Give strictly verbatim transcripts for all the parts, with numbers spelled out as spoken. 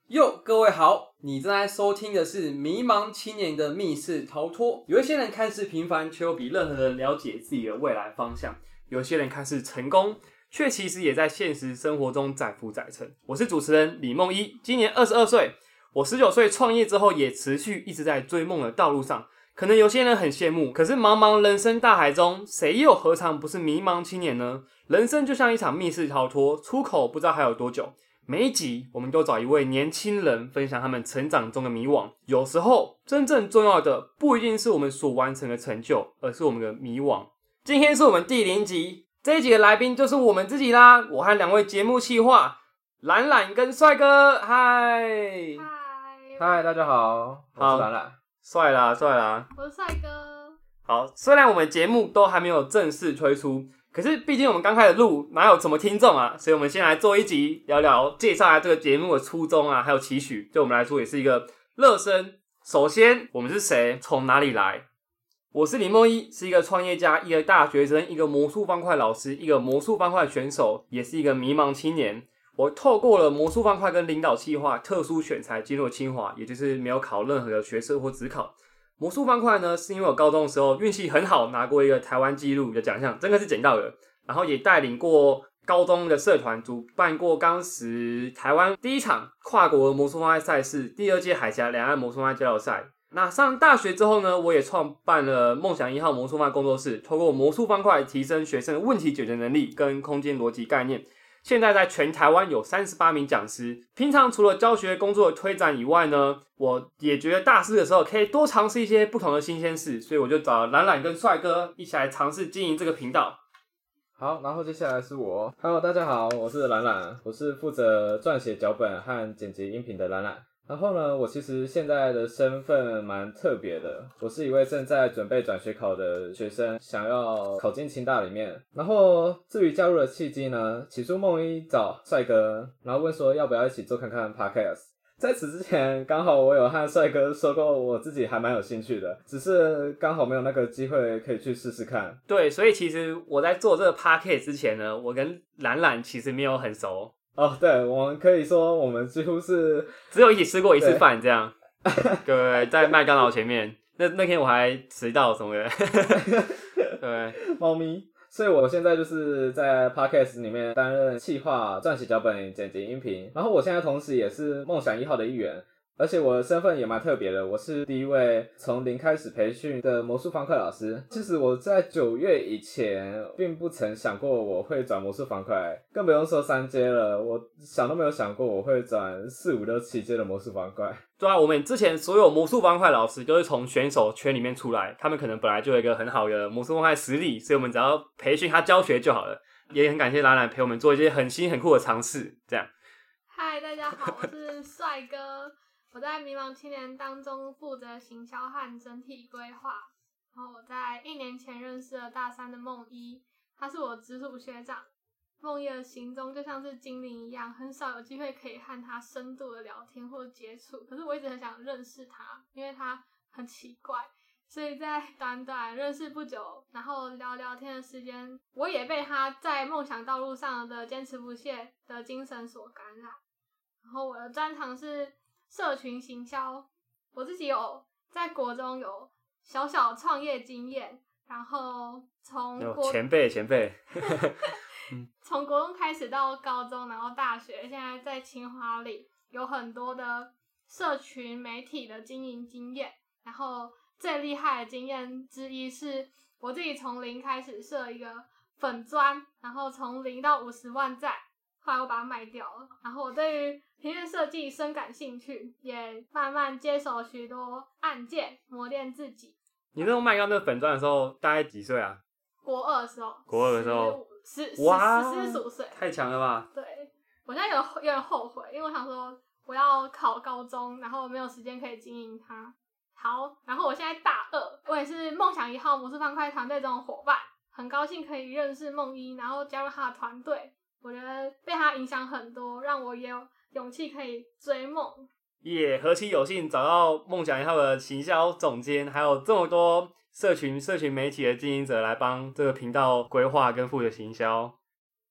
哟，各位好，你正在收听的是迷茫青年的密室逃脱。有一些人看似平凡，却又比任何人了解自己的未来方向；有些人看似成功，却其实也在现实生活中载浮载沉。我是主持人李梦一，今年二十二岁。我十九岁创业之后，也持续一直在追梦的道路上。可能有些人很羡慕，可是茫茫人生大海中，谁又何尝不是迷茫青年呢？人生就像一场密室逃脱，出口不知道还有多久。每一集我们都找一位年轻人分享他们成长中的迷惘。有时候真正重要的不一定是我们所完成的成就，而是我们的迷惘。今天是我们第零集，这一集的来宾就是我们自己啦。我和两位节目企划懒懒跟帅哥，嗨嗨，大家好，我是懒懒。 帅啦帅啦， 我是帅哥。 好，虽然我们节目都还没有正式推出，可是毕竟我们刚开始录，哪有什么听众啊？所以我们先来做一集，聊聊介绍一下这个节目的初衷啊，还有期许。对我们来说也是一个热身。首先，我们是谁？从哪里来？我是李梦一，是一个创业家，一个大学生，一个魔术方块老师，一个魔术方块选手，也是一个迷茫青年。我透过了魔术方块跟领导企划特殊选才进入清华，也就是没有考任何的学测或指考。魔术方块呢，是因为我高中的时候运气很好，拿过一个台湾纪录的奖项，真的是捡到的。然后也带领过高中的社团，主办过当时台湾第一场跨国魔术方块赛事，第二届海峡两岸魔术方块交流赛。那上大学之后呢，我也创办了梦想一号魔术方块工作室，透过魔术方块提升学生的问题解决能力跟空间逻辑概念。现在在全台湾有三十八名讲师，平常除了教学工作的推展以外呢，我也觉得大四的时候可以多尝试一些不同的新鲜事，所以我就找懒懒跟帅哥一起来尝试经营这个频道。 好，然后接下来是我。Hello， 大家好，我是懒懒，我是负责撰写脚本和剪辑音频的懒懒。然后呢，我其实现在的身份蛮特别的，我是一位正在准备转学考的学生，想要考进清大里面。然后至于加入的契机呢，起初梦一找帅哥，然后问说要不要一起做看看 podcast。在此之前，刚好我有和帅哥说过我自己还蛮有兴趣的，只是刚好没有那个机会可以去试试看。 对，所以其实我在做这个 podcast 之前呢，我跟懒懒其实没有很熟。 哦，对，我们可以说我们几乎是只有一起吃过一次饭这样。对，在麦当劳前面，那那天我还迟到什么的。对， 猫咪。所以我现在就是在 podcast 里面担任企划、撰写脚本、剪辑音频，然后我现在同时也是梦想一号的一员。而且我的身份也蛮特别的，我是第一位从零开始培训的魔术方块老师。其实我在九月以前并不曾想过我会转魔术方块，更不用说三阶了，我想都没有想过我会转四五六七阶的魔术方块。 对啊，我们之前所有魔术方块老师都是从选手圈里面出来，他们可能本来就有一个很好的魔术方块实力，所以我们只要培训他教学就好了。也很感谢懒懒陪我们做一些很新很酷的尝试，这样。 嗨，大家好，我是帅哥。我在迷茫青年当中负责行销和整体规划，然后我在一年前认识了大三的梦一，他是我直属学长。梦一的行踪就像是精灵一样，很少有机会可以和他深度的聊天或接触，可是我一直很想认识他，因为他很奇怪，所以在短短认识不久，然后聊聊天的时间，我也被他在梦想道路上的坚持不懈的精神所感染。然后我的专长是社群行销，我自己有在国中有小小创业经验，然后从国前辈前辈从国中开始到高中，然后大学，现在在清华里有很多的社群媒体的经营经验。然后最厉害的经验之一是我自己从零开始设一个粉专，然后从零到五十万赞，后来我把它卖掉了。然后我对于平面设计深感兴趣，也慢慢接手许多案件，磨练自己。 你那时候卖掉那个粉钻的时候，大概几岁啊？ 国二的时候。 国二的时候， 十十哇， 十四五岁， 太强了吧？ 对，我现在有有点后悔，因为我想说我要考高中，然后没有时间可以经营它。好，然后我现在大二，我也是梦想一号魔术方块团队中的伙伴，很高兴可以认识梦一，然后加入他的团队。我觉得被他影响很多，让我也有勇气可以追梦。 也、yeah, 何其有幸找到梦想一号的行销总监，还有这么多社群社群媒体的经营者来帮这个频道规划跟负责行销。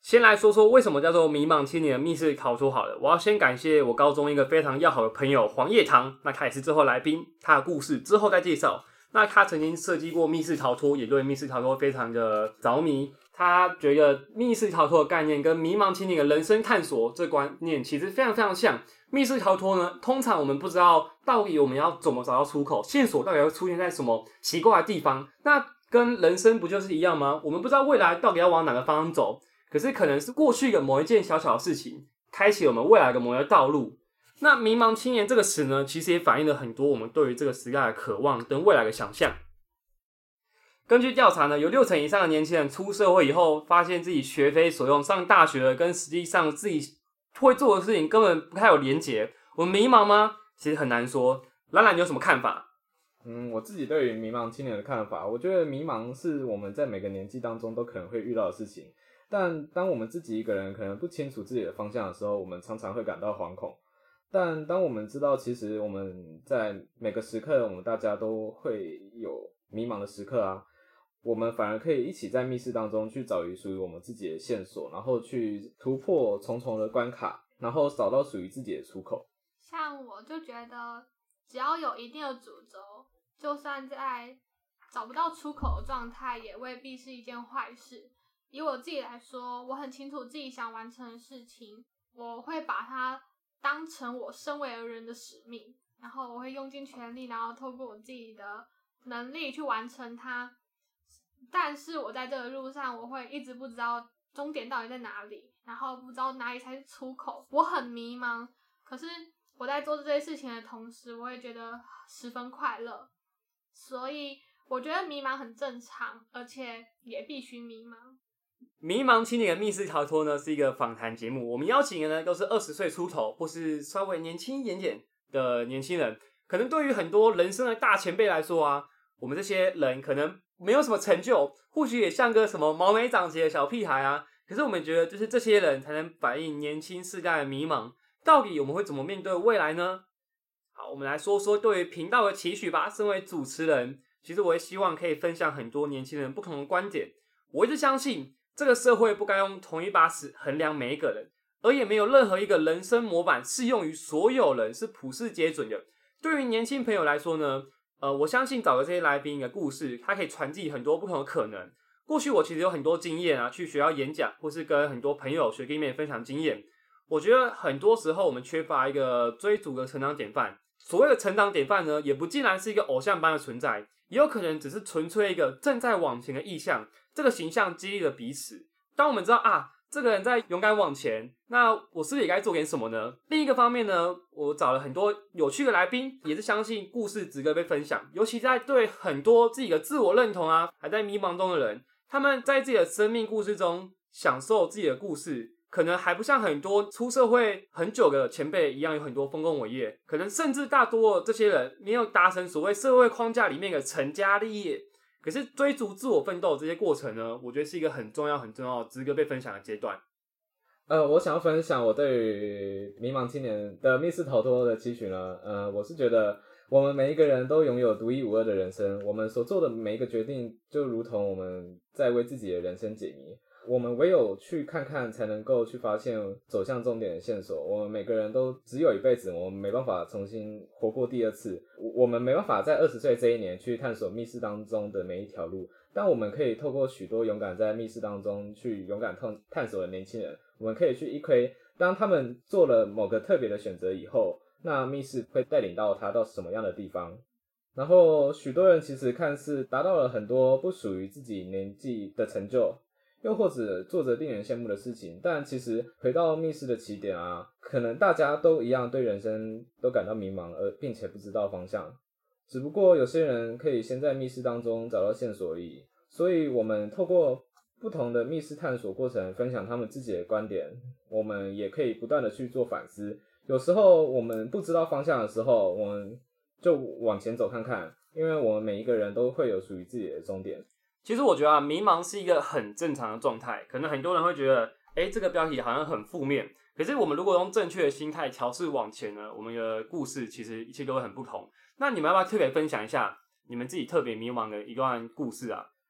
先来说说为什么叫做迷茫青年的密室逃脱好了。我要先感谢我高中一个非常要好的朋友黄叶堂，那他也是最后来宾，他的故事之后再介绍。那他曾经设计过密室逃脱，也对密室逃脱非常的着迷。他觉得密室逃脱的概念跟迷茫青年的人生探索这观念其实非常非常像。密室逃脱呢，通常我们不知道到底我们要怎么找到出口，线索到底会出现在什么奇怪的地方。那跟人生不就是一样吗？我们不知道未来到底要往哪个方向走，可是可能是过去的某一件小小的事情，开启我们未来的某一个道路。那迷茫青年这个词呢，其实也反映了很多我们对于这个时代的渴望跟未来的想象。根据调查呢，有六成以上的年轻人出社会以后，发现自己学非所用，上大学了跟实际上自己会做的事情根本不太有连结。我们迷茫吗？其实很难说。兰兰，你有什么看法？ 嗯，我自己对于迷茫青年的看法，我觉得迷茫是我们在每个年纪当中都可能会遇到的事情。但当我们自己一个人可能不清楚自己的方向的时候，我们常常会感到惶恐。但当我们知道，其实我们在每个时刻，我们大家都会有迷茫的时刻啊，我们反而可以一起在密室当中去找属于我们自己的线索，然后去突破重重的关卡，然后找到属于自己的出口。 像我就觉得，只要有一定的主轴，就算在找不到出口的状态，也未必是一件坏事。以我自己来说，我很清楚自己想完成的事情，我会把它当成我身为人的使命，然后我会用尽全力，然后透过我自己的能力去完成它。但是我在这个路上，我会一直不知道终点到底在哪里，然后不知道哪里才是出口，我很迷茫。可是我在做这些事情的同时，我会觉得十分快乐。所以我觉得迷茫很正常，而且也必须迷茫。 迷茫青年的密室逃脱呢，是一个访谈节目，我们邀请的呢都是二十岁出头或是稍微年轻一点点的年轻人。可能对于很多人生的大前辈来说啊，我们这些人可能没有什么成就，或许也像个什么毛没长齐的小屁孩啊。可是我们觉得，就是这些人才能反映年轻世代的迷茫。到底我们会怎么面对未来呢？好，我们来说说对于频道的期许吧。身为主持人，其实我也希望可以分享很多年轻人不同的观点。我一直相信，这个社会不该用同一把尺衡量每一个人，而也没有任何一个人生模板适用于所有人，是普世皆准的。对于年轻朋友来说呢，呃，我相信找的这些来宾的故事，它可以传递很多不同的可能。过去我其实有很多经验啊，去学校演讲，或是跟很多朋友学弟妹分享经验。我觉得很多时候我们缺乏一个追逐的成长典范。所谓的成长典范呢，也不尽然是一个偶像般的存在，也有可能只是纯粹一个正在往前的意象。这个形象激励了彼此。当我们知道啊，这个人在勇敢往前，那我是不是也该做点什么呢？另一个方面呢，我找了很多有趣的来宾，也是相信故事值得被分享。尤其在对很多自己的自我认同啊，还在迷茫中的人，他们在自己的生命故事中享受自己的故事，可能还不像很多出社会很久的前辈一样有很多丰功伟业，可能甚至大多的这些人没有达成所谓社会框架里面的成家立业。可是追逐自我奋斗这些过程呢，我觉得是一个很重要很重要值得被分享的阶段。 呃，我想要分享我对于迷茫青年的密室逃脱的期许呢，呃，我是觉得我们每一个人都拥有独一无二的人生，我们所做的每一个决定就如同我们在为自己的人生解谜。我们唯有去看看，才能够去发现走向终点的线索。我们每个人都只有一辈子，我们没办法重新活过第二次。我们没办法在二十岁这一年去探索密室当中的每一条路，但我们可以透过许多勇敢在密室当中去勇敢探索的年轻人，我们可以去一窥，当他们做了某个特别的选择以后，那密室会带领到他到什么样的地方。然后许多人其实看似达到了很多不属于自己年纪的成就，又或者做着令人羡慕的事情，但其实回到密室的起点啊，可能大家都一样对人生都感到迷茫，而并且不知道方向。只不过有些人可以先在密室当中找到线索而已。所以我们透过不同的密室探索过程，分享他们自己的观点，我们也可以不断的去做反思。有时候我们不知道方向的时候，我们就往前走看看，因为我们每一个人都会有属于自己的终点。 其实我觉得啊，迷茫是一个很正常的状态。可能很多人会觉得，哎，这个标题好像很负面。可是我们如果用正确的心态调试往前呢，我们的故事其实一切都会很不同。那你们要不要特别分享一下你们自己特别迷茫的一段故事啊？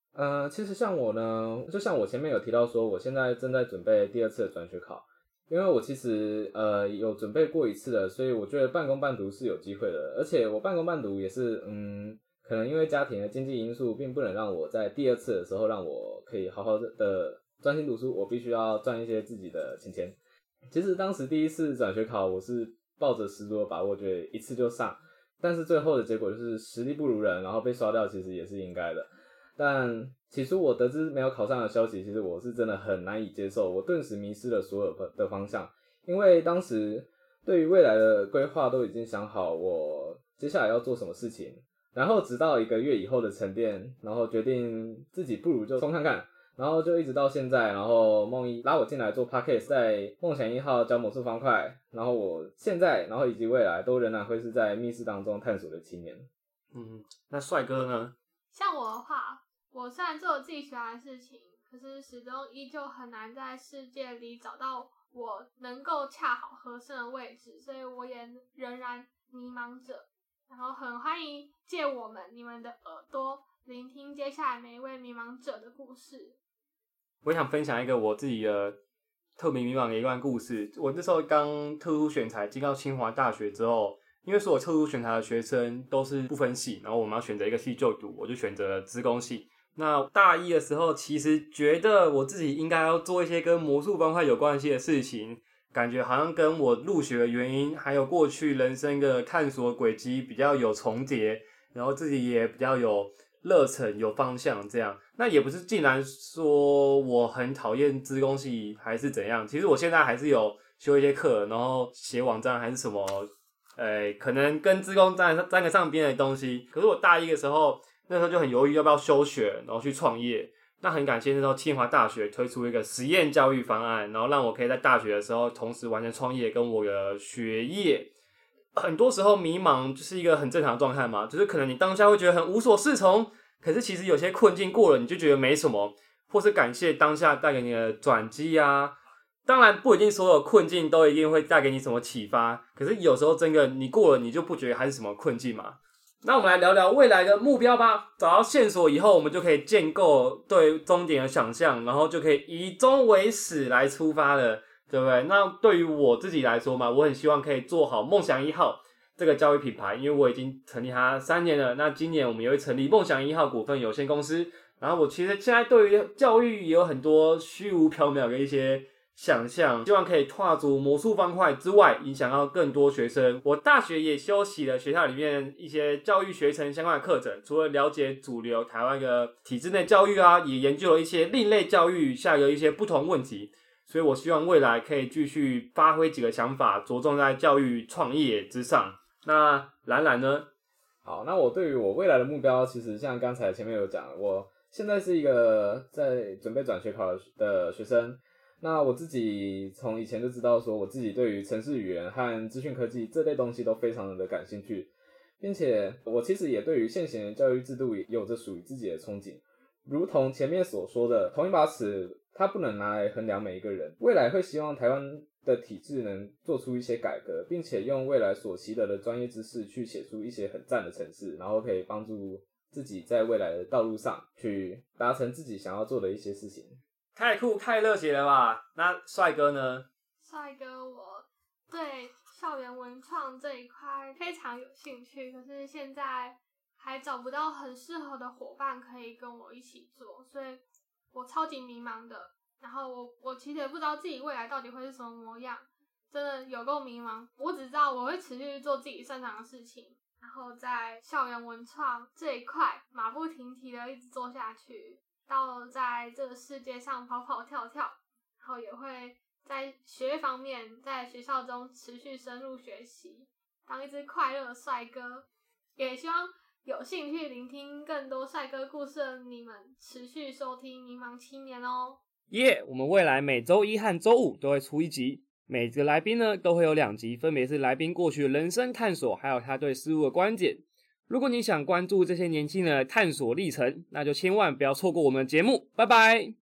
呃，其实像我呢，就像我前面有提到说，我现在正在准备第二次的转学考，因为我其实呃有准备过一次的，所以我觉得半工半读是有机会的，而且我半工半读也是嗯，可能因为家庭的经济因素，并不能让我在第二次的时候让我可以好好的专心读书，我必须要赚一些自己的钱钱。其实当时第一次转学考，我是抱着十足的把握，觉得一次就上，但是最后的结果就是实力不如人，然后被刷掉，其实也是应该的。但起初我得知没有考上的消息，其实我是真的很难以接受，我顿时迷失了所有的方向，因为当时对于未来的规划都已经想好我接下来要做什么事情，然后直到一个月以后的沉淀，然后决定自己不如就冲看看，然后就一直到现在，然后梦一拉我进来做 podcast， 在梦想一号教魔术方块，然后我现在然后以及未来都仍然会是在密室当中探索的青年。 嗯，那帅哥呢？ 像我的话，我虽然做了自己喜欢的事情，可是始终依旧很难在世界里找到我能够恰好合适的位置，所以我也仍然迷茫着。然后很欢迎借我们你们的耳朵，聆听接下来每一位迷茫者的故事。 我想分享一个我自己的特别迷茫的一段故事。我那时候刚特殊选材进到清华大学之后，因为所有特殊选材的学生都是不分系，然后我们要选择一个系就读，我就选择了资工系。那大一的时候，其实觉得我自己应该要做一些跟魔术方块有关系的事情，感觉好像跟我入学的原因，还有过去人生的探索轨迹比较有重叠，然后自己也比较有热忱、有方向这样。那也不是竟然说我很讨厌资工系还是怎样，其实我现在还是有修一些课，然后写网站还是什么，呃，可能跟资工沾沾个上边的东西。可是我大一的时候，那时候就很犹豫要不要休学，然后去创业。那很感谢那时候清华大学推出一个实验教育方案，然后让我可以在大学的时候同时完成创业跟我的学业。很多时候迷茫就是一个很正常的状态嘛，就是可能你当下会觉得很无所适从，可是其实有些困境过了你就觉得没什么，或是感谢当下带给你的转机啊。当然不一定所有困境都一定会带给你什么启发，可是有时候真的你过了你就不觉得还是什么困境嘛。那我们来聊聊未来的目标吧。找到线索以后，我们就可以建构对终点的想象，然后就可以以终为始来出发了，对不对？那对于我自己来说嘛，我很希望可以做好梦想一号这个教育品牌，因为我已经成立它三年了。那今年我们也会成立梦想一号股份有限公司。然后我其实现在对于教育也有很多虚无缥缈的一些想象，希望可以踏足魔术方块之外，影响到更多学生。我大学也修习了学校里面一些教育学程相关的课程，除了了解主流台湾的体制内教育啊，也研究了一些另类教育下的一些不同问题。所以我希望未来可以继续发挥几个想法，着重在教育创业之上。那兰兰呢？ 好，那我对于我未来的目标，其实像刚才前面有讲，我现在是一个在准备转学考的学生。那我自己从以前就知道说，我自己对于程式语言和资讯科技这类东西都非常的感兴趣，并且我其实也对于现行的教育制度有着属于自己的憧憬。如同前面所说的，同一把尺它不能拿来衡量每一个人。未来会希望台湾的体制能做出一些改革，并且用未来所习得的专业知识去写出一些很赞的程式，然后可以帮助自己在未来的道路上去达成自己想要做的一些事情。 太酷太热血了吧？那帅哥呢？ 帅哥，我对校园文创这一块非常有兴趣，可是现在还找不到很适合的伙伴可以跟我一起做，所以我超级迷茫的。然后我我其实也不知道自己未来到底会是什么模样，真的有够迷茫。我只知道我会持续做自己擅长的事情，然后在校园文创这一块马不停蹄的一直做下去，到在这个世界上跑跑跳跳，然后也会在学业方面在学校中持续深入学习，当一只快乐的帅哥。也希望有兴趣聆听更多帅哥故事的你们持续收听迷茫青年哦。 耶、yeah, 我们未来每周一和周五都会出一集，每个来宾呢都会有两集，分别是来宾过去的人生探索，还有他对事物的观点。如果你想关注这些年轻人的探索历程，那就千万不要错过我们的节目。拜拜。